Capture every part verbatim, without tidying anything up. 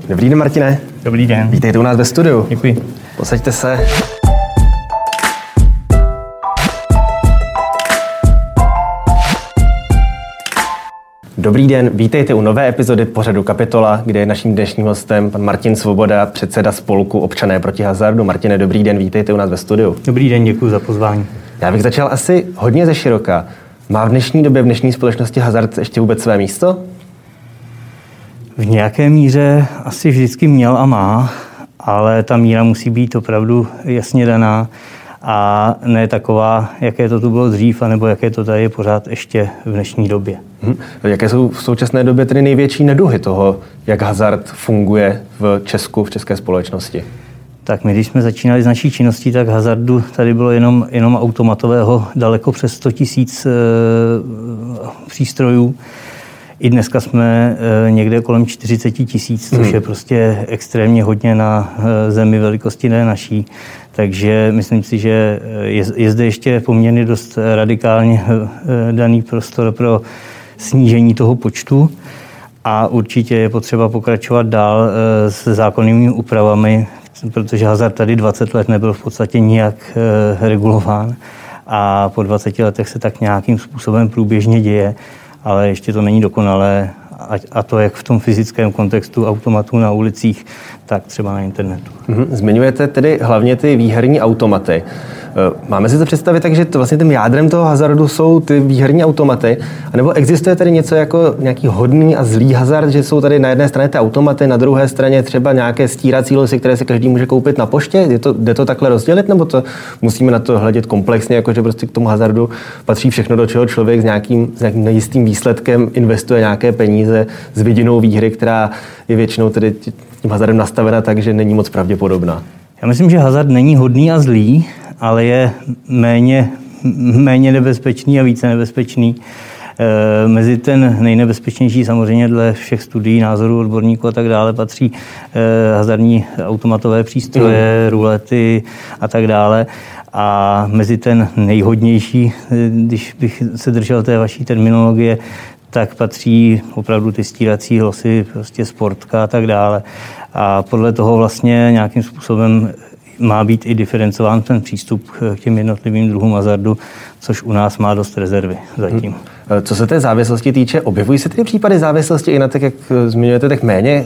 Dobrý den, Martine. Dobrý den. Vítejte u nás ve studiu. Děkuji. Posaďte se. Dobrý den, vítejte u nové epizody pořadu Kapitola, kde je naším dnešním hostem pan Martin Svoboda, předseda spolku Občané proti hazardu. Martine, dobrý den, vítejte u nás ve studiu. Dobrý den, děkuji za pozvání. Já bych začal asi hodně ze široka. Má v dnešní době, v dnešní společnosti hazard ještě vůbec své místo? V nějaké míře asi vždycky měl a má, ale ta míra musí být opravdu jasně daná a ne taková, jaké to tu bylo dřív, anebo jaké to tady je pořád ještě v dnešní době. Hmm. Jaké jsou v současné době tedy největší neduhy toho, jak hazard funguje v Česku, v české společnosti? Tak my, když jsme začínali s naší činností, tak hazardu tady bylo jenom, jenom automatového daleko přes sto tisíc e, přístrojů. I dneska jsme e, někde kolem čtyřicet tisíc, což hmm. je prostě extrémně hodně na e, zemi velikosti ne naší. Takže myslím si, že je, je zde ještě poměrně dost radikálně e, daný prostor pro snížení toho počtu. A určitě je potřeba pokračovat dál e, s zákonnými úpravami, protože hazard tady dvacet let nebyl v podstatě nijak e, regulován a po dvaceti letech se tak nějakým způsobem průběžně děje, ale ještě to není dokonalé a to jak v tom fyzickém kontextu automatů na ulicích, tak třeba na internetu. Zmiňujete tedy hlavně ty výherní automaty. Máme si to představit tak, že to vlastně tím jádrem toho hazardu jsou ty výherní automaty, anebo existuje tady něco jako nějaký hodný a zlý hazard, že jsou tady na jedné straně ty automaty, na druhé straně třeba nějaké stírací losy, které si každý může koupit na poště? Je to, jde to takhle rozdělit, nebo to musíme na to hledět komplexně, jako že prostě k tomu hazardu patří všechno, do čeho člověk s nějakým, s nějakým nejistým výsledkem investuje nějaké peníze s vidinou výhry, která je většinou tedy tím hazardem nastavena tak, že není moc pravděpodobná? Já myslím, že hazard není hodný a zlý, ale je méně, méně nebezpečný a více nebezpečný. E, mezi ten nejnebezpečnější samozřejmě dle všech studií, názorů odborníků a tak dále patří e, hazardní automatové přístroje, mm. rulety a tak dále. A mezi ten nejhodnější, když bych se držel té vaší terminologie, tak patří opravdu ty stírací losy, prostě sportka a tak dále. A podle toho vlastně nějakým způsobem má být i diferencován ten přístup k těm jednotlivým druhům hazardu, což u nás má dost rezervy zatím. Co se té závislosti týče, objevují se ty případy závislosti i na tak, jak zmiňujete, tak méně,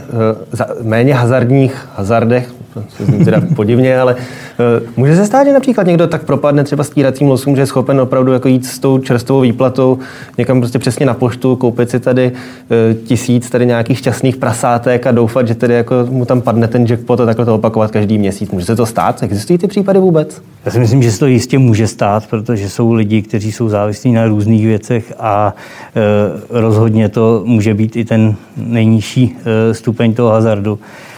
méně hazardních hazardech, to zní teda podivně, ale může se stát, že například někdo tak propadne třeba stíracím losům, že je schopen opravdu jako jít s tou čerstvou výplatou někam prostě přesně na poštu, koupit si tady tisíc tady nějakých šťastných prasátek a doufat, že tedy jako mu tam padne ten jackpot a takhle to opakovat každý měsíc. Může se to stát? Existují ty případy vůbec? Já si myslím, že se to jistě může stát, protože jsou lidi, kteří jsou závislí na různých věcech a e, rozhodně to může být i ten nejnižší e, stupeň toho hazardu.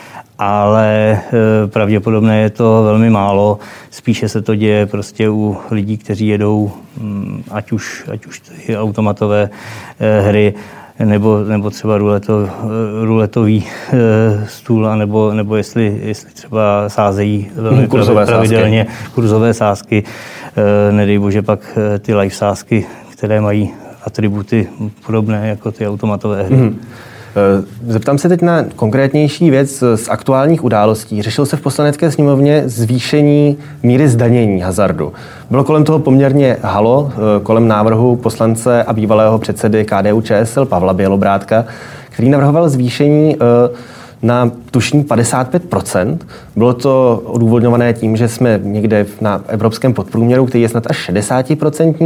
Ale e, pravděpodobně je to velmi málo. Spíše se to děje prostě u lidí, kteří jedou m, ať už, ať už ty automatové e, hry, nebo, nebo třeba ruleto, ruletový e, stůl, nebo, nebo jestli, jestli třeba sázejí velmi kurzové pravidelně sázky. kurzové sázky. E, nedej bože pak ty live sázky, které mají atributy podobné jako ty automatové hry. Mm. Zeptám se teď na konkrétnější věc z aktuálních událostí. Řešil se v Poslanecké sněmovně zvýšení míry zdanění hazardu. Bylo kolem toho poměrně halo, kolem návrhu poslance a bývalého předsedy K D U Č S L Pavla Bělobrádka, který navrhoval zvýšení na tušní padesát pět procent. Bylo to odůvodňované tím, že jsme někde na evropském podprůměru, který je snad až šedesát procent.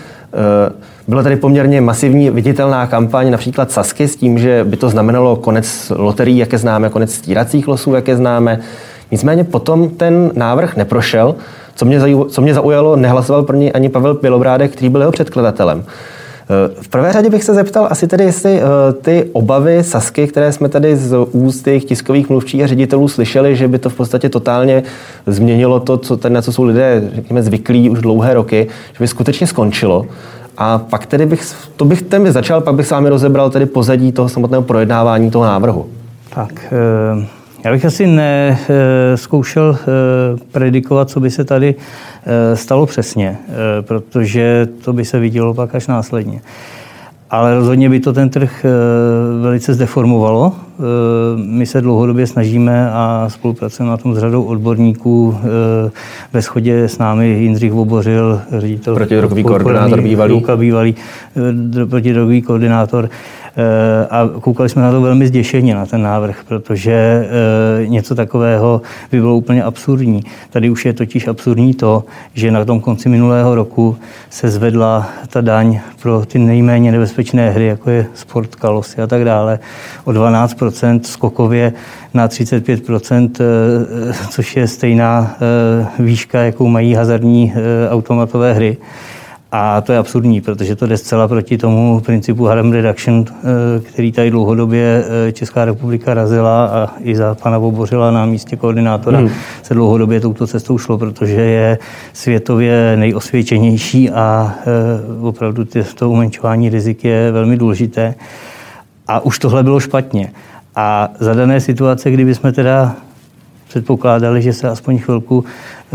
Byla tady poměrně masivní viditelná kampaň, například Sazky, s tím, že by to znamenalo konec loterií, jaké známe, konec stíracích losů, jaké známe. Nicméně potom ten návrh neprošel. Co mě, zaju, co mě zaujalo, nehlasoval pro něj ani Pavel Bělobrádek, který byl jeho předkladatelem. V prvé řadě bych se zeptal asi tedy, jestli ty obavy Sazky, které jsme tady z úst těch tiskových mluvčích a ředitelů slyšeli, že by to v podstatě totálně změnilo to, co tady, na co jsou lidé, řekněme, zvyklí už dlouhé roky, že by skutečně skončilo. A pak tedy bych, to bych ten začal, pak bych s vámi rozebral tedy pozadí toho samotného projednávání toho návrhu. Tak, já bych asi nezkoušel predikovat, co by se tady stalo přesně, protože to by se vidělo pak až následně. ale rozhodně by to ten trh velice zdeformovalo. My se dlouhodobě snažíme a spolupracujeme na tom s řadou odborníků. Ve shodě s námi Jindřich Vobořil, ředitel protidrogový koordinátor bývalý. bývalý protidrogový koordinátor. A koukali jsme na to velmi zděšeně, na ten návrh, protože něco takového by bylo úplně absurdní. Tady už je totiž absurdní to, že na tom konci minulého roku se zvedla ta daň pro ty nejméně nebezpečné hry, jako je sport, kalosy a tak dále, o dvanáct procent skokově na třicet pět procent, což je stejná výška, jakou mají hazardní automatové hry. A to je absurdní, protože to jde zcela proti tomu principu harm reduction, který tady dlouhodobě Česká republika razila a i za pana Vobořila na místě koordinátora hmm. se dlouhodobě touto cestou šlo, protože je světově nejosvědčenější a opravdu to umenšování rizik je velmi důležité. A už tohle bylo špatně. A za dané situace, kdyby jsme teda předpokládali, že se aspoň chvilku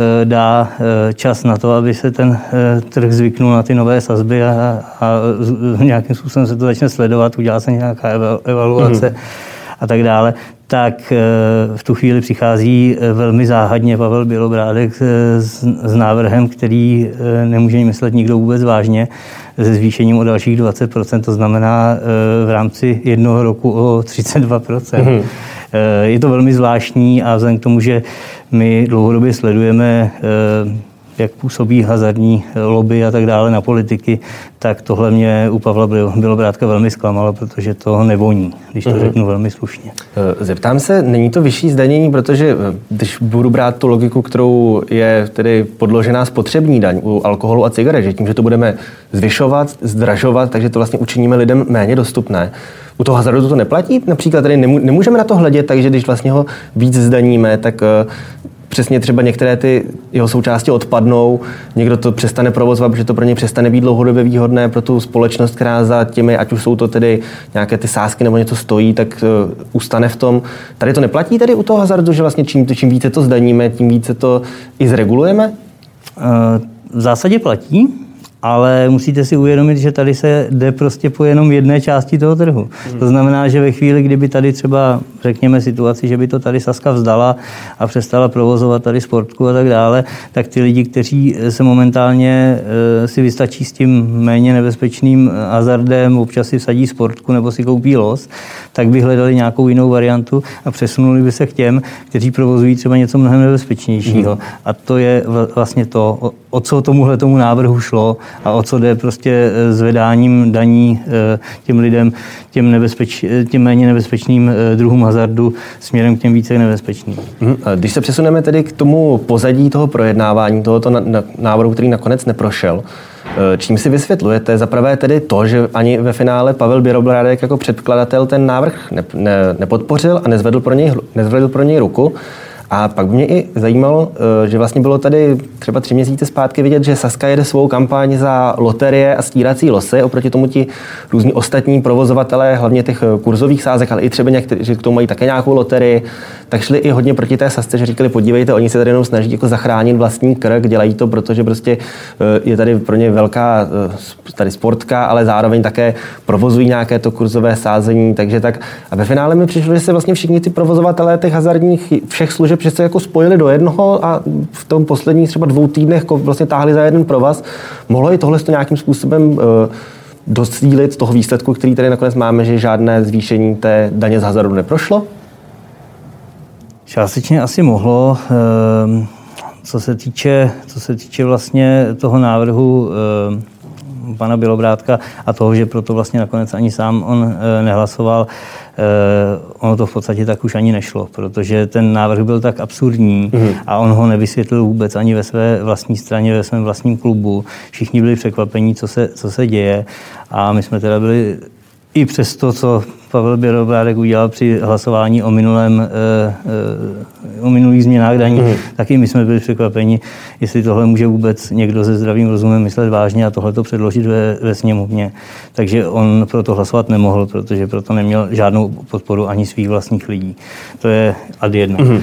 dá čas na to, aby se ten trh zvyknul na ty nové sazby a, a nějakým způsobem se to začne sledovat, udělá se nějaká evaluace mm. a tak dále, tak v tu chvíli přichází velmi záhadně Pavel Bělobrádek s, s návrhem, který nemůže myslet nikdo vůbec vážně, se zvýšením o dalších dvacet procent, to znamená v rámci jednoho roku o třicet dva procent. Mm. Je to velmi zvláštní a vzhledem k tomu, že my dlouhodobě sledujeme, jak působí hazardní lobby a tak dále na politiky, tak tohle mě u Pavla Bělobrádka velmi zklamalo, protože to nevoní, když to řeknu velmi slušně. Zeptám se, není to vyšší zdanění, protože když budu brát tu logiku, kterou je tedy podložená spotřební daň u alkoholu a cigaret, že tím, že to budeme zvyšovat, zdražovat, takže to vlastně učiníme lidem méně dostupné. U toho hazardu to neplatí? Například tady nemůžeme na to hledět, takže když vlastně ho víc zdaním, tak přesně třeba některé ty jeho součásti odpadnou, někdo to přestane provozovat, protože to pro ně přestane být dlouhodobě výhodné pro tu společnost, která za těmi, ať už jsou to tedy nějaké ty sázky nebo něco stojí, tak uh, ustane v tom. Tady to neplatí tedy u toho hazardu, že vlastně čím, čím více to zdaníme, tím více to i zregulujeme? V zásadě platí, ale musíte si uvědomit, že tady se jde prostě po jenom jedné části toho trhu. Hmm. To znamená, že ve chvíli, kdyby tady třeba, řekněme situaci, že by to tady Sazka vzdala a přestala provozovat tady sportku a tak dále, tak ty lidi, kteří se momentálně e, si vystačí s tím méně nebezpečným hazardem, občas si vsadí sportku nebo si koupí los, tak by hledali nějakou jinou variantu a přesunuli by se k těm, kteří provozují třeba něco mnohem nebezpečnějšího. Hmm. A to je vlastně to, o, o co tomuhle tomu návrhu šlo, a o co jde prostě zvedáním daní těm lidem, těm, nebezpeč, těm méně nebezpečným druhům hazardu směrem k těm více nebezpečným. Když se přesuneme tedy k tomu pozadí toho projednávání tohoto návrhu, který nakonec neprošel, čím si vysvětlujete? Za prvé tedy to, že ani ve finále Pavel Bělobrádek jako předkladatel ten návrh ne, ne, nepodpořil a nezvedl pro něj, nezvedl pro něj ruku. A pak mě i zajímalo, že vlastně bylo tady třeba tři měsíce zpátky vidět, že Sazka jede svou kampaň za loterie a stírací losy. Oproti tomu ti různí ostatní provozovatelé, hlavně těch kurzových sázek, ale i třeba někteří, že k tomu mají také nějakou loterii, tak šli i hodně proti té Sazce, že říkali, podívejte, oni se tady jenom snaží jako zachránit vlastní krk, dělají to, protože prostě je tady pro ně velká tady sportka, ale zároveň také provozují nějaké to kurzové sázení, takže tak. A ve finále mi přišlo, že se vlastně všichni ty provozovatelé těch hazardních všech služeb, že se jako spojili do jednoho a v tom posledních třeba dvou týdnech vlastně táhli za jeden provaz. Mohlo i tohle nějakým způsobem uh, docílit toho výsledku, který tady nakonec máme, že žádné zvýšení té daně z hazardu neprošlo? Částečně asi mohlo. Co se týče, co se týče vlastně toho návrhu pana Bělobrádka a toho, že proto vlastně nakonec ani sám on nehlasoval, ono to v podstatě tak už ani nešlo, protože ten návrh byl tak absurdní mm. a on ho nevysvětlil vůbec ani ve své vlastní straně, ve svém vlastním klubu. Všichni byli překvapení, co se, co se děje a my jsme teda byli i přes to, co Pavel Bělobrádek udělal při hlasování o, minulém, e, e, o minulých změnách daní, mm. taky my jsme byli překvapeni, jestli tohle může vůbec někdo se zdravým rozumem myslet vážně a tohle to předložit ve, ve sněmovně. Takže on proto hlasovat nemohl, protože proto neměl žádnou podporu ani svých vlastních lidí. To je ad jedna. Mm.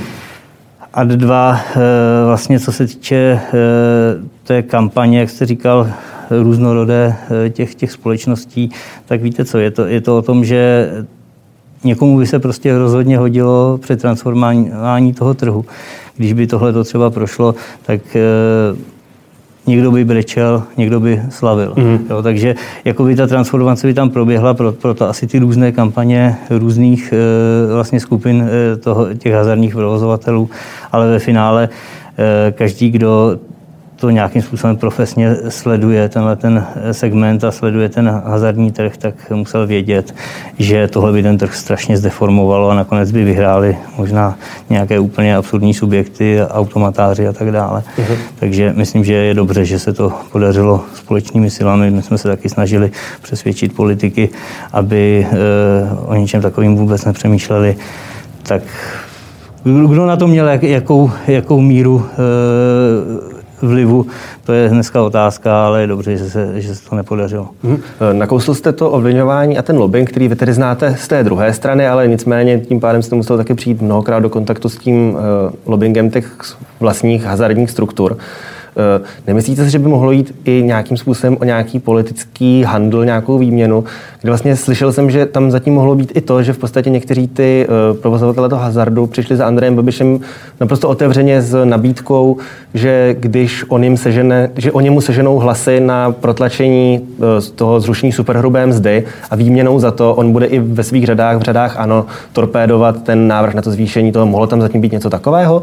Ad dva, e, vlastně co se týče e, té kampaně, jak jste říkal, různorodé těch, těch společností, tak víte co, je to, je to o tom, že někomu by se prostě rozhodně hodilo při transformování toho trhu. Když by tohle to třeba prošlo, tak někdo by brečel, někdo by slavil. Mm. Jo, takže jakoby ta transformace by tam proběhla, pro, proto asi ty různé kampaně různých e, vlastně skupin e, toho, těch hazardních provozovatelů, ale ve finále e, každý, kdo to nějakým způsobem profesně sleduje tenhle ten segment a sleduje ten hazardní trh, tak musel vědět, že tohle by ten trh strašně zdeformovalo a nakonec by vyhráli možná nějaké úplně absurdní subjekty, automatáři a tak dále. Uh-huh. Takže myslím, že je dobře, že se to podařilo společnými silami. My jsme se taky snažili přesvědčit politiky, aby e, o ničem takovým vůbec nepřemýšleli. Tak kdo na to měl jak, jakou, jakou míru e, vlivu, to je dneska otázka, ale je dobře, že se, že se to nepodařilo. Hmm. Nakousl jste to ovlivňování a ten lobbying, který vy tedy znáte z té druhé strany, ale nicméně tím pádem jste musel taky přijít mnohokrát do kontaktu s tím uh, lobbyingem těch vlastních hazardních struktur. Nemyslíte si, že by mohlo jít i nějakým způsobem o nějaký politický handl, nějakou výměnu, kde vlastně slyšel jsem, že tam zatím mohlo být i to, že v podstatě někteří ty provozovatelé toho hazardu přišli za Andrejem Babišem naprosto otevřeně s nabídkou, že když on jim sežene, že oni mu seženou hlasy na protlačení z toho zrušení superhrubé mzdy a výměnou za to on bude i ve svých řadách, v řadách ANO, torpédovat ten návrh na to zvýšení toho. Mohlo tam zatím být něco takového?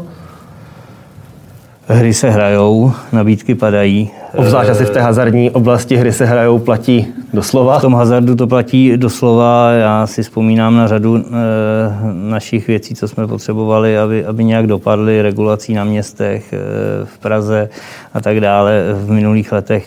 Hry se hrajou, nabídky padají. Obzvlášť asi v té hazardní oblasti hry se hrajou, platí doslova? V tom hazardu to platí doslova. Já si vzpomínám na řadu e, našich věcí, co jsme potřebovali, aby, aby nějak dopadly, regulací na městech, e, v Praze a tak dále v minulých letech.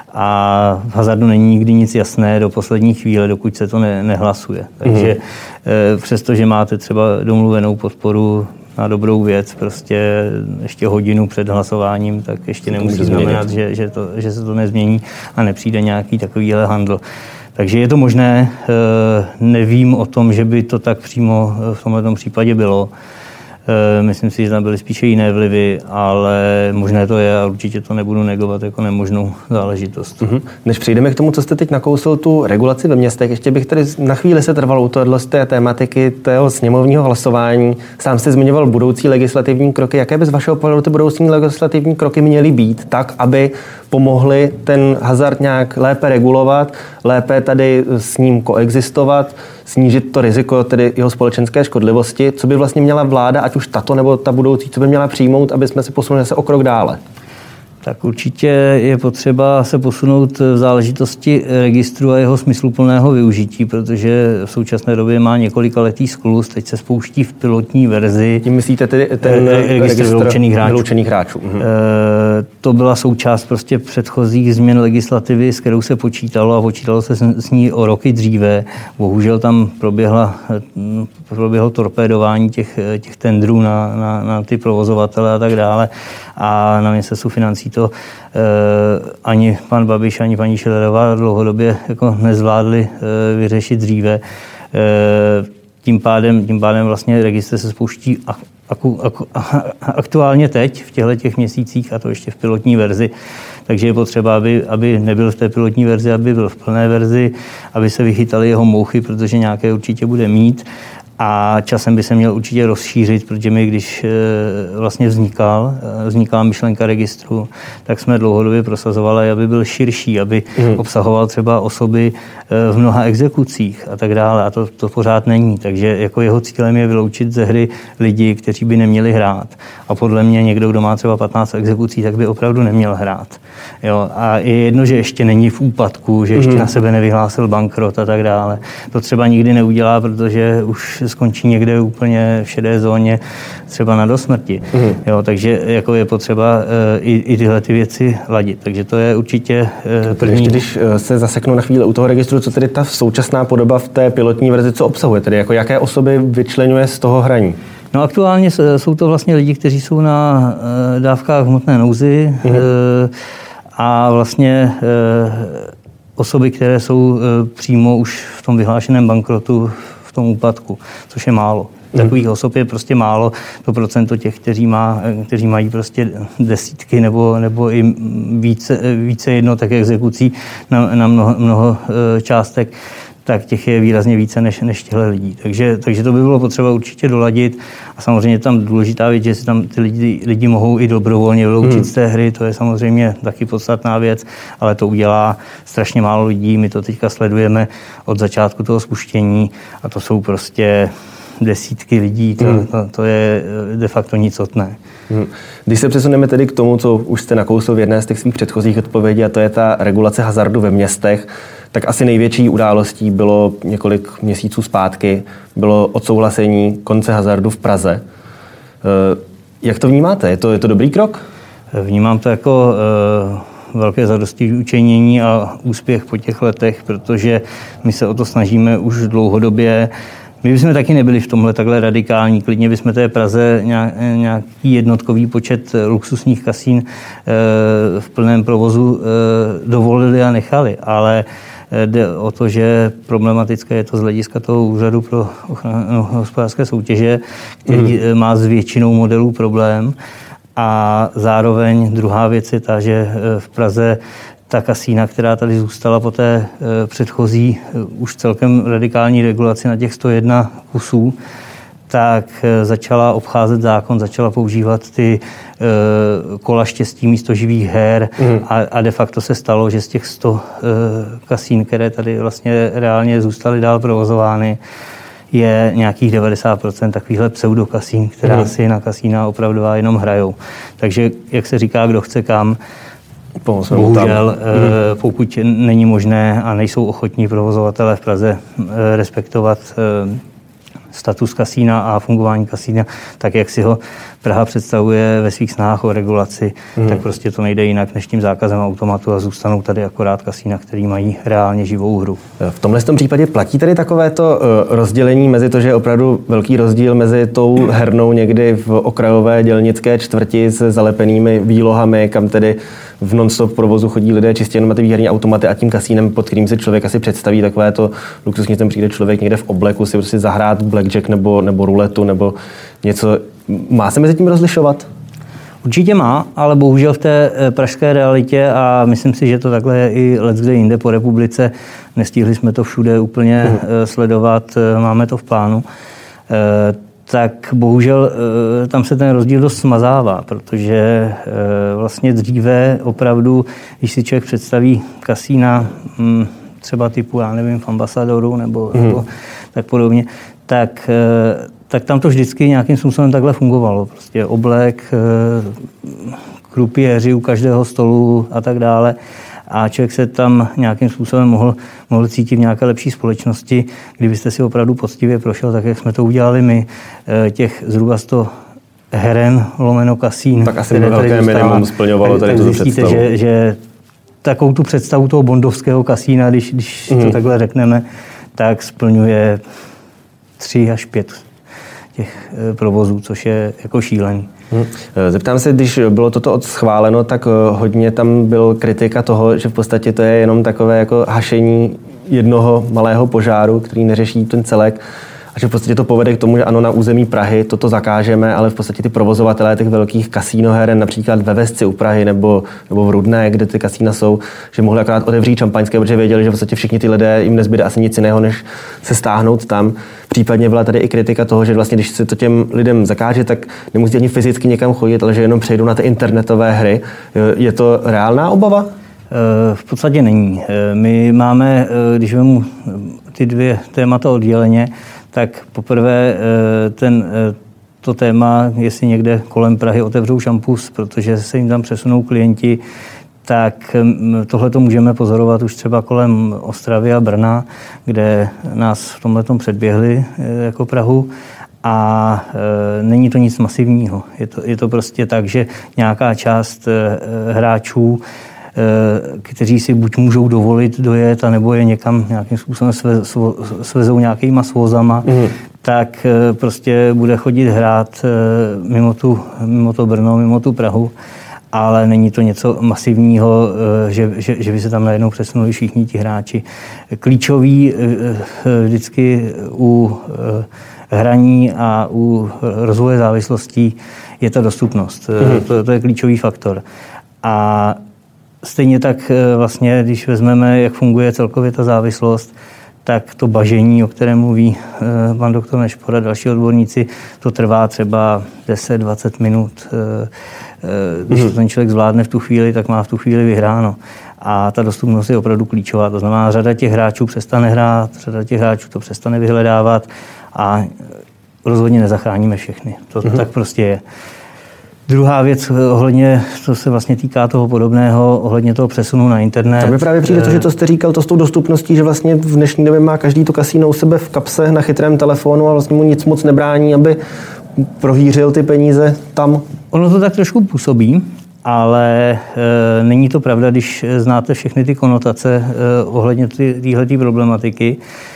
A v hazardu není nikdy nic jasné do poslední chvíle, dokud se to ne, nehlasuje. Takže mm. e, přestože máte třeba domluvenou podporu na dobrou věc, prostě ještě hodinu před hlasováním, tak ještě nemusí znamenat, že, že, to, že se to nezmění a nepřijde nějaký takovýhle handl. Takže je to možné, nevím o tom, že by to tak přímo v tomto případě bylo. Myslím si, že tam byly spíše jiné vlivy, ale možné to je a určitě to nebudu negovat jako nemožnou záležitost. Mm-hmm. Než přejdeme k tomu, co jste teď nakousl, tu regulaci ve městech, ještě bych tady na chvíli se trval u tohle z té tématiky tého sněmovního hlasování. Sám jste zmiňoval budoucí legislativní kroky. Jaké by z vašeho pohledu ty budoucí legislativní kroky měly být, tak, aby pomohly ten hazard nějak lépe regulovat, lépe tady s ním koexistovat, snížit to riziko tedy jeho společenské škodlivosti? Co by vlastně měla vláda, ať už tato nebo ta budoucí, co by měla přijmout, aby jsme se posunuli se o krok dále? Tak určitě je potřeba se posunout v záležitosti registru a jeho smysluplného využití, protože v současné době má několikaletý skluz, teď se spouští v pilotní verzi. Tím myslíte tedy ten registr vyloučených hráčů. vyloučených hráčů. Mhm. E, to byla součást prostě předchozích změn legislativy, s kterou se počítalo a počítalo se s ní o roky dříve. Bohužel tam proběhla, proběhlo torpédování těch, těch tendrů na, na, na ty provozovatele a tak dále. A na ministerstvu financí to eh, ani pan Babiš, ani paní Schillerová dlouhodobě jako nezvládli eh, vyřešit dříve. Eh, tím pádem, tím pádem vlastně registr se spouští aku, aku, aktuálně teď, v těchto těch měsících, a to ještě v pilotní verzi. Takže je potřeba, aby, aby nebyl v té pilotní verzi, aby byl v plné verzi, aby se vychytaly jeho mouchy, protože nějaké určitě bude mít. A časem by se měl určitě rozšířit, protože my, když vlastně vznikal, vznikala myšlenka registru, tak jsme dlouhodobě prosazovali, aby byl širší, aby mm. obsahoval třeba osoby v mnoha exekucích a tak dále. A to, to pořád není. Takže jako jeho cílem je vyloučit ze hry lidi, kteří by neměli hrát. A podle mě někdo, kdo má třeba patnáct exekucí, tak by opravdu neměl hrát. Jo? A je jedno, že ještě není v úpadku, že ještě mm. na sebe nevyhlásil bankrot a tak dále. To třeba nikdy neudělá, protože už skončí někde úplně v šedé zóně, třeba na dosmrti. Mm. Jo, takže jako je potřeba uh, i, i tyhle ty věci ladit. Takže to je určitě uh, první. Ještě když se zaseknu na chvíli u toho registru, co tedy ta současná podoba v té pilotní verzi, co obsahuje? Tedy jako jaké osoby vyčleňuje z toho hraní? No aktuálně jsou to vlastně lidi, kteří jsou na uh, dávkách hmotné nouzy mm. uh, a vlastně uh, osoby, které jsou uh, přímo už v tom vyhlášeném bankrotu, v tom úpadku, což je málo. Takových mm. osob je prostě málo, to procento těch, kteří, má, kteří mají prostě desítky nebo, nebo i více, více jednotek exekucí na, na mnoho, mnoho částek, tak těch je výrazně více než, než těchto lidí. Takže, takže to by bylo potřeba určitě doladit. A samozřejmě tam důležitá věc, že si tam ty lidi, lidi mohou i dobrovolně vyloučit hmm. z té hry, to je samozřejmě taky podstatná věc, ale to udělá strašně málo lidí. My to teďka sledujeme od začátku toho spuštění a to jsou prostě desítky lidí, to, hmm. to, to je de facto nicotné. Hmm. Když se přesuneme tedy k tomu, co už jste nakousl v jedné z těch svých předchozích odpovědí, a to je ta regulace hazardu ve městech, tak asi největší událostí bylo několik měsíců zpátky, bylo odsouhlasení konce hazardu v Praze. Jak to vnímáte? Je to, je to dobrý krok? Vnímám to jako uh, velké zadostiučinění a úspěch po těch letech, protože my se o to snažíme už dlouhodobě. My bychom taky nebyli v tomhle takhle radikální. Klidně bychom té Praze nějaký jednotkový počet luxusních kasín v plném provozu dovolili a nechali, ale jde o to, že problematické je to z hlediska toho úřadu pro ochranu hospodářské soutěže, který mm. má s většinou modelů problém. A zároveň druhá věc je ta, že v Praze ta kasína, která tady zůstala po té předchozí už celkem radikální regulaci na těch sto jedna kusů, tak začala obcházet zákon, začala používat ty kola štěstí místo živých her mm. a, a de facto se stalo, že z těch sto kasín, které tady vlastně reálně zůstaly dál provozovány, je nějakých devadesát procent takovýchhle pseudokasín, která mm. si na kasína opravdová jenom hrajou. Takže, jak se říká, kdo chce kam, bohužel, mm. pokud není možné a nejsou ochotní provozovatelé v Praze respektovat status kasína a fungování kasína, tak jak si ho Praha představuje ve svých snahách o regulaci, hmm. tak prostě to nejde jinak než tím zákazem automatu a zůstanou tady akorát kasína, který mají reálně živou hru. V tomhle tom případě platí tady takovéto rozdělení mezi to, že je opravdu velký rozdíl mezi tou hernou někdy v okrajové dělnické čtvrti se zalepenými výlohami, kam tedy v non-stop provozu chodí lidé čistě jenom na ty výherní automaty a tím kasínem, pod kterým si člověk asi představí takové to luxusně, tam přijde člověk někde v obleku si prostě zahrát blackjack nebo, nebo ruletu nebo něco. Má se mezi tím rozlišovat? Určitě má, ale bohužel v té pražské realitě a myslím si, že to takhle je i leckde jinde po republice. Nestihli jsme to všude úplně hmm. sledovat, máme to v plánu. Tak bohužel tam se ten rozdíl dost smazává, protože vlastně dříve opravdu, když si člověk představí kasína třeba typu, já nevím, v Ambasadoru nebo, hmm. nebo tak podobně, tak tak tam to vždycky nějakým způsobem takhle fungovalo. Prostě oblek, krupiéři u každého stolu a tak dále. A člověk se tam nějakým způsobem mohl, mohl cítit v nějaké lepší společnosti. Kdybyste si opravdu poctivě prošel, tak jak jsme to udělali my, těch zhruba sto heren lomeno kasín. Tak asi velké minimum splňovalo tady tuto představu. Že, že takovou tu představu toho bondovského kasína, když, když mm. to takhle řekneme, tak splňuje tři až pět těch provozů, což je jako šílený. Hmm. Zeptám se, když bylo toto schváleno, tak hodně tam byl kritika toho, že v podstatě to je jenom takové jako hašení jednoho malého požáru, který neřeší ten celek. A že v podstatě to povede k tomu, že ano, na území Prahy toto zakážeme, ale v podstatě ty provozovatelé těch velkých kasínoheren, například ve Vesci u Prahy nebo, nebo v Rudné, kde ty kasína jsou, že mohli akorát otevřít šampaňské, protože věděli, že v podstatě všichni ty lidé jim nezbyde asi nic jiného, než se stáhnout tam. Případně byla tady i kritika toho, že vlastně, když se to těm lidem zakáže, tak nemusí ani fyzicky někam chodit, ale že jenom přejdou na ty internetové hry. Je to reálná obava? V podstatě není. My máme, když vemu ty dvě témata odděleně, tak poprvé ten, to téma, jestli někde kolem Prahy otevřou šampus, protože se jim tam přesunou klienti, tak tohle to můžeme pozorovat už třeba kolem Ostravy a Brna, kde nás v tomhletom předběhli jako Prahu. A e, není to nic masivního. Je to, je to prostě tak, že nějaká část e, hráčů, e, kteří si buď můžou dovolit dojet, anebo je někam nějakým způsobem sve, svo, svezou nějakýma svozama, mm. tak e, prostě bude chodit hrát e, mimo, tu, mimo to Brno, mimo tu Prahu. Ale není to něco masivního, že, že, že by se tam najednou přesunuli všichni ti hráči. Klíčový vždycky u hraní a u rozvoje závislostí je ta dostupnost. Mm. To, to je klíčový faktor. A stejně tak vlastně, když vezmeme, jak funguje celkově ta závislost, tak to bažení, o kterém mluví pan doktor Nešpor a další odborníci, to trvá třeba deset dvacet minut. Když to ten člověk zvládne v tu chvíli, tak má v tu chvíli vyhráno. A ta dostupnost je opravdu klíčová. To znamená, řada těch hráčů přestane hrát, řada těch hráčů to přestane vyhledávat a rozhodně nezachráníme všechny. To mm-hmm. tak prostě je. Druhá věc ohledně, to se vlastně týká toho podobného, ohledně toho přesunu na internet. To mi právě přijde to, že to jste říkal, to s tou dostupností, že vlastně v dnešní době má každý to kasíno u sebe v kapse na chytrém telefonu a vlastně mu nic moc nebrání, aby prohýřil ty peníze tam. Ono to tak trošku působí, ale e, není to pravda, když znáte všechny ty konotace e, ohledně téhletý problematiky.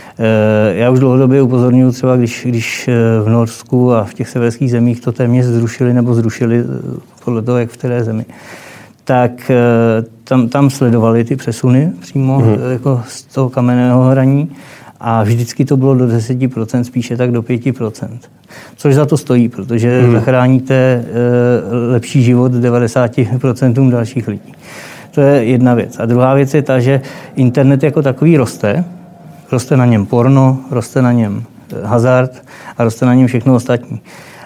E, já už dlouhodobě upozorňuji třeba, když, když v Norsku a v těch severských zemích to téměř zrušili nebo zrušili podle toho, jak v které zemi, tak e, tam, tam sledovali ty přesuny přímo mm. jako z toho kamenného hraní a vždycky to bylo do deset procent, spíše tak do pět procent. Což za to stojí, protože hmm. zachráníte e, lepší život devadesát procent dalších lidí. To je jedna věc. A druhá věc je ta, že internet jako takový roste. Roste na něm porno, roste na něm hazard a roste na něm všechno ostatní.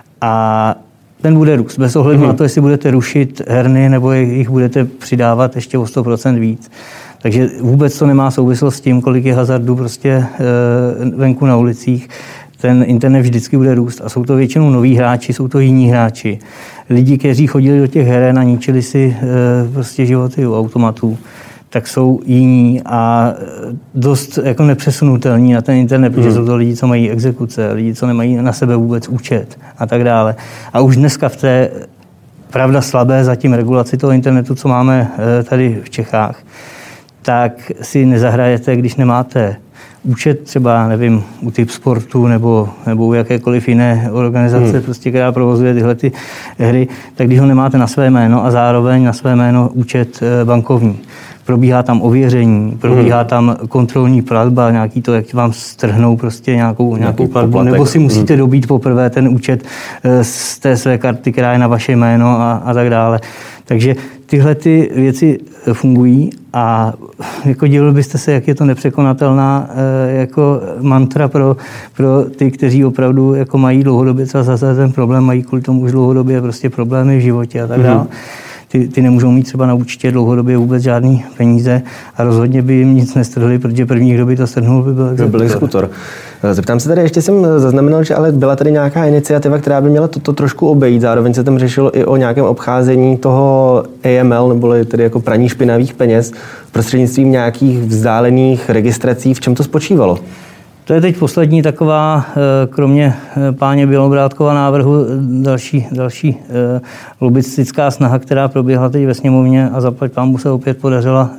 A ten bude růst. Bez ohledu hmm. na to, jestli budete rušit herny nebo jich budete přidávat ještě o sto procent víc. Takže vůbec to nemá souvislost s tím, kolik je hazardu prostě e, venku na ulicích. Ten internet vždycky bude růst a jsou to většinou noví hráči, jsou to jiní hráči. Lidi, kteří chodili do těch heren a ničili si e, prostě životy u automatů, tak jsou jiní a dost jako nepřesunutelní na ten internet, protože mm. jsou to lidi, co mají exekuce, lidi, co nemají na sebe vůbec účet a tak dále. A už dneska v té pravda slabé zatím regulaci toho internetu, co máme e, tady v Čechách, tak si nezahrajete, když nemáte účet třeba, nevím, u Typ Sportu nebo, nebo u jakékoliv jiné organizace, hmm. prostě, která provozuje tyhle ty hry, tak když ho nemáte na své jméno a zároveň na své jméno účet bankovní. Probíhá tam ověření, probíhá hmm. tam kontrolní platba, nějaký to, jak vám strhnou prostě nějakou, nějakou platbu, poplatek. Nebo si musíte hmm. dobít poprvé ten účet z té své karty, která je na vaše jméno a, a tak dále. Takže tyhle ty věci fungují a jako divil byste se, jak je to nepřekonatelná jako mantra pro, pro ty, kteří opravdu jako mají dlouhodobě třeba zase ten problém, mají kvůli tomu už dlouhodobě prostě problémy v životě a tak dále. Mm-hmm. Ty, ty nemůžou mít třeba na účtě dlouhodobě vůbec žádný peníze a rozhodně by jim nic nestrhli, protože první, kdo by to strhnul, by byl exekutor. Byl exekutor. Zeptám se tady, ještě jsem zaznamenal, že ale byla tady nějaká iniciativa, která by měla toto trošku obejít. Zároveň se tam řešilo i o nějakém obcházení toho A M L, neboli tedy jako praní špinavých peněz prostřednictvím nějakých vzdálených registrací. V čem to spočívalo? To je teď poslední taková, kromě páně Bělobrádkova návrhu, další, další lobistická snaha, která proběhla teď ve sněmovně a zaplať pánbůh se opět podařila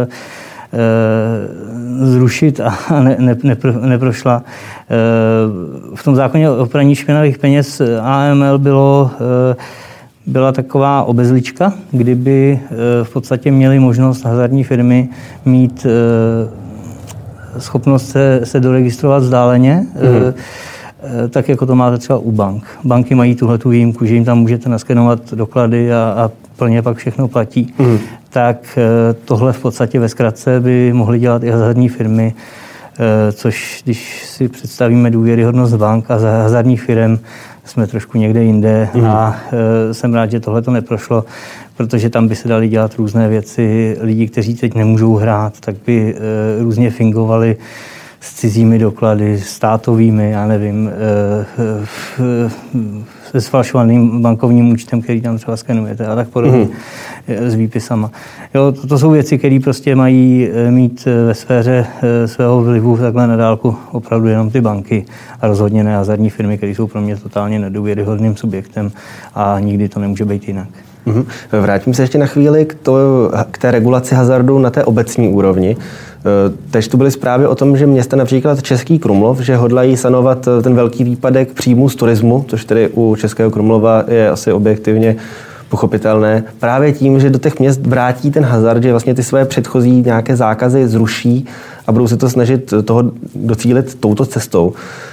zrušit a ne, ne, nepro, neprošla. V tom zákoně o praní špinavých peněz A M L bylo, byla taková obezlička, kdyby v podstatě měly možnost hazardní firmy mít schopnost se, se doregistrovat vzdáleně, mm. tak jako to máte třeba u bank. Banky mají tuhletu výjimku, že jim tam můžete naskenovat doklady a, a plně pak všechno platí. Mm. Tak tohle v podstatě ve zkratce by mohly dělat i hazardní firmy, což když si představíme důvěryhodnost bank a hazardních firm, jsme trošku někde jinde mm. a jsem rád, že tohle to neprošlo, protože tam by se dali dělat různé věci. Lidi, kteří teď nemůžou hrát, tak by e, různě fingovali s cizími doklady, státovými, já nevím, e, e, se sfalšovaným bankovním účtem, který tam třeba skenujete a tak podobně, mm. s výpisama. Jo, to, to jsou věci, které prostě mají mít ve sféře svého vlivu takhle na dálku opravdu jenom ty banky a rozhodně ne hazardní firmy, které jsou pro mě totálně nedůvěryhodným subjektem a nikdy to nemůže být jinak. Mm-hmm. Vrátím se ještě na chvíli k, to, k té regulaci hazardu na té obecní úrovni. Teď tu byly zprávy o tom, že města například Český Krumlov, že hodlají sanovat ten velký výpadek příjmů z turismu, což tedy u Českého Krumlova je asi objektivně pochopitelné, právě tím, že do těch měst vrátí ten hazard, že vlastně ty své předchozí nějaké zákazy zruší a budou se to snažit toho docílit touto cestou.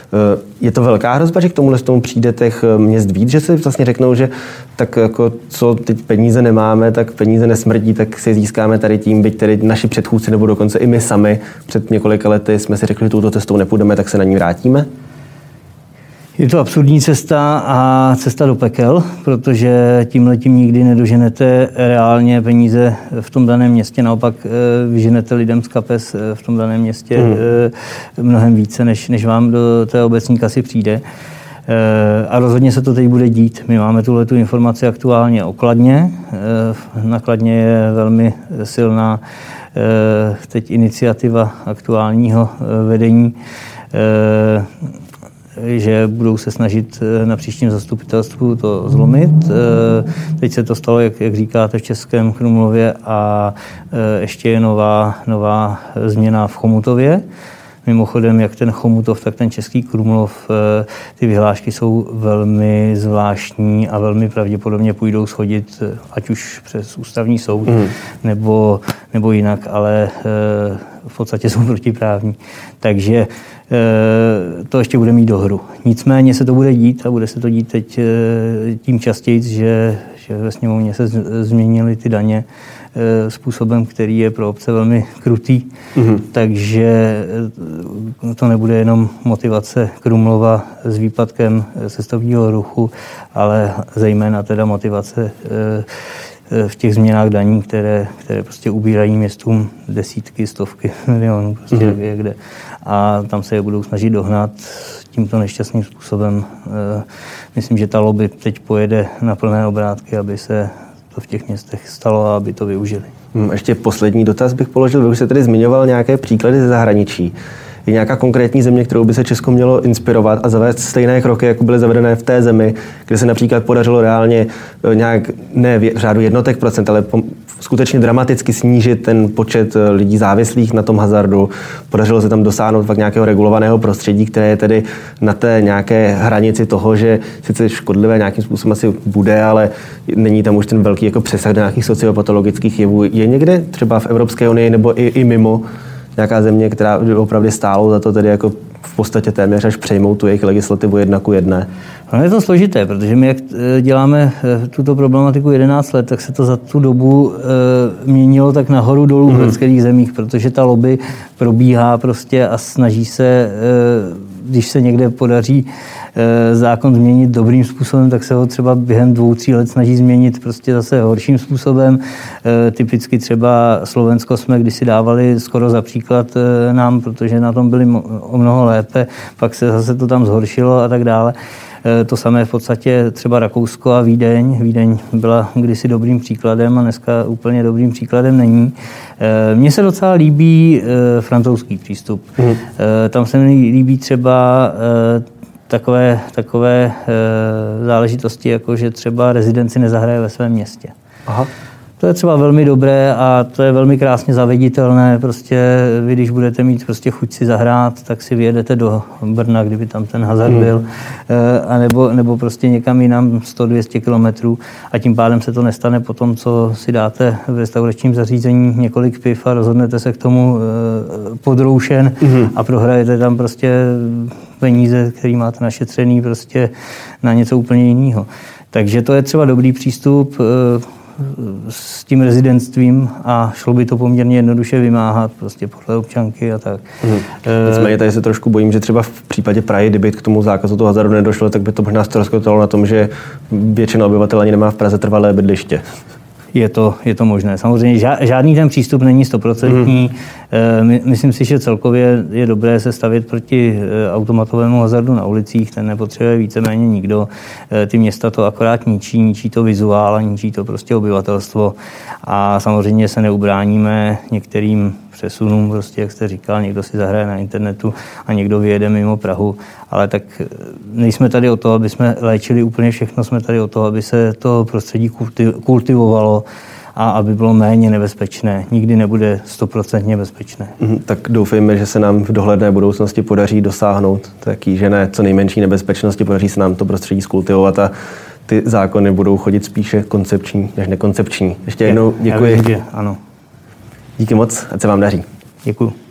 Je to velká hrozba, že k tomuhle z tomu přijde těch měst víc, že si vlastně řeknou, že tak jako co teď peníze nemáme, tak peníze nesmrdí, tak si získáme tady tím, byť tedy naši předchůdci nebo dokonce i my sami před několika lety jsme si řekli, že touto cestou nepůjdeme, tak se na ní vrátíme? Je to absurdní cesta a cesta do pekel, protože tímhletím nikdy nedoženete reálně peníze v tom daném městě. Naopak vyženete lidem z kapes v tom daném městě mm. mnohem více, než, než vám do té obecní kasy přijde. A rozhodně se to teď bude dít. My máme tuhletu informaci aktuálně o Kladně. Na Kladně je velmi silná teď iniciativa aktuálního vedení, že budou se snažit na příštím zastupitelstvu to zlomit. Teď se to stalo, jak, jak říkáte, v Českém Krumlově a ještě je nová, nová změna v Chomutově. Mimochodem, jak ten Chomutov, tak ten Český Krumlov, ty vyhlášky jsou velmi zvláštní a velmi pravděpodobně půjdou shodit, ať už přes ústavní soud, mm. nebo, nebo jinak, ale v podstatě jsou protiprávní. Takže to ještě bude mít dohru. Nicméně se to bude dít a bude se to dít teď tím častěji, že, že ve sněmovně se změnily ty daně způsobem, který je pro obce velmi krutý. Mm-hmm. Takže to nebude jenom motivace Krumlova s výpadkem cestovního ruchu, ale zejména teda motivace v těch změnách daní, které, které prostě ubírají městům desítky, stovky milionů, prostě mm-hmm. jak kde. A tam se je budou snažit dohnat tímto nešťastným způsobem. Myslím, že ta lobby teď pojede na plné obrátky, aby se to v těch městech stalo a aby to využili. Ještě poslední dotaz bych položil. Vy už se tedy zmiňoval nějaké příklady ze zahraničí. Je nějaká konkrétní země, kterou by se Česko mělo inspirovat a zavést stejné kroky, jako byly zavedené v té zemi, kde se například podařilo reálně nějak, ne v řádu jednotek procent, ale skutečně dramaticky snížit ten počet lidí závislých na tom hazardu. Podařilo se tam dosáhnout fakt nějakého regulovaného prostředí, které je tedy na té nějaké hranici toho, že sice škodlivé nějakým způsobem asi bude, ale není tam už ten velký jako přesah do nějakých sociopatologických jevů. Je někde třeba v Evropské unii nebo i, i mimo nějaká země, která opravdu stálo za to tedy jako v podstatě téměř až přejmou tu jejich legislativu jedna ku jedné? No je to složité, protože my jak děláme tuto problematiku jedenáct let, tak se to za tu dobu e, měnilo tak nahoru dolů mm-hmm. v některých zemích, protože ta lobby probíhá prostě a snaží se, e, když se někde podaří e, zákon změnit dobrým způsobem, tak se ho třeba během dvou, tří let snaží změnit prostě zase horším způsobem. E, typicky třeba Slovensko jsme kdysi dávali skoro za příklad e, nám, protože na tom byli o mnoho lépe, pak se zase to tam zhoršilo a tak dále. To samé v podstatě třeba Rakousko a Vídeň. Vídeň byla kdysi dobrým příkladem a dneska úplně dobrým příkladem není. Mně se docela líbí francouzský přístup. Mm. Tam se mi líbí třeba takové, takové záležitosti, jako že třeba rezident si nezahraje ve svém městě. Aha. To je třeba velmi dobré a to je velmi krásně zaveditelné. Prostě vy, když budete mít prostě chuť si zahrát, tak si vyjedete do Brna, kdyby tam ten hazard byl, hmm. a nebo, nebo prostě někam jinam sto až dvě stě kilometrů a tím pádem se to nestane po tom, co si dáte v restauračním zařízení několik piv a rozhodnete se k tomu podroušen hmm. a prohrajete tam prostě peníze, které máte našetřený prostě na něco úplně jiného. Takže to je třeba dobrý přístup s tím rezidentstvím a šlo by to poměrně jednoduše vymáhat prostě podle občanky a tak. Hmm. Nicméně tady se trošku bojím, že třeba v případě Prahy, kdyby k tomu zákazu toho hazardu nedošlo, tak by to možná ztroskotalo na tom, že většina obyvatel ani nemá v Praze trvalé bydliště. Je to, je to možné. Samozřejmě žádný ten přístup není stoprocentní. Mm. Myslím si, že celkově je dobré se stavět proti automatovému hazardu na ulicích. Ten nepotřebuje víceméně nikdo. Ty města to akorát ničí, ničí to vizuál a ničí to prostě obyvatelstvo. A samozřejmě se neubráníme některým přesunům, prostě, jak jste říkal, někdo si zahraje na internetu a někdo vyjede mimo Prahu. Ale tak nejsme tady o to, aby jsme léčili úplně všechno, jsme tady o to, aby se to prostředí kultivovalo a aby bylo méně nebezpečné. Nikdy nebude stoprocentně bezpečné. Mm, tak doufejme, že se nám v dohledné budoucnosti podaří dosáhnout taky, že ne co nejmenší nebezpečnosti, podaří se nám to prostředí skultivovat a ty zákony budou chodit spíše koncepční než nekoncepční. Ještě jednou děkuji. Já vím, že ano. Díky moc, ať se vám daří. Děkuji.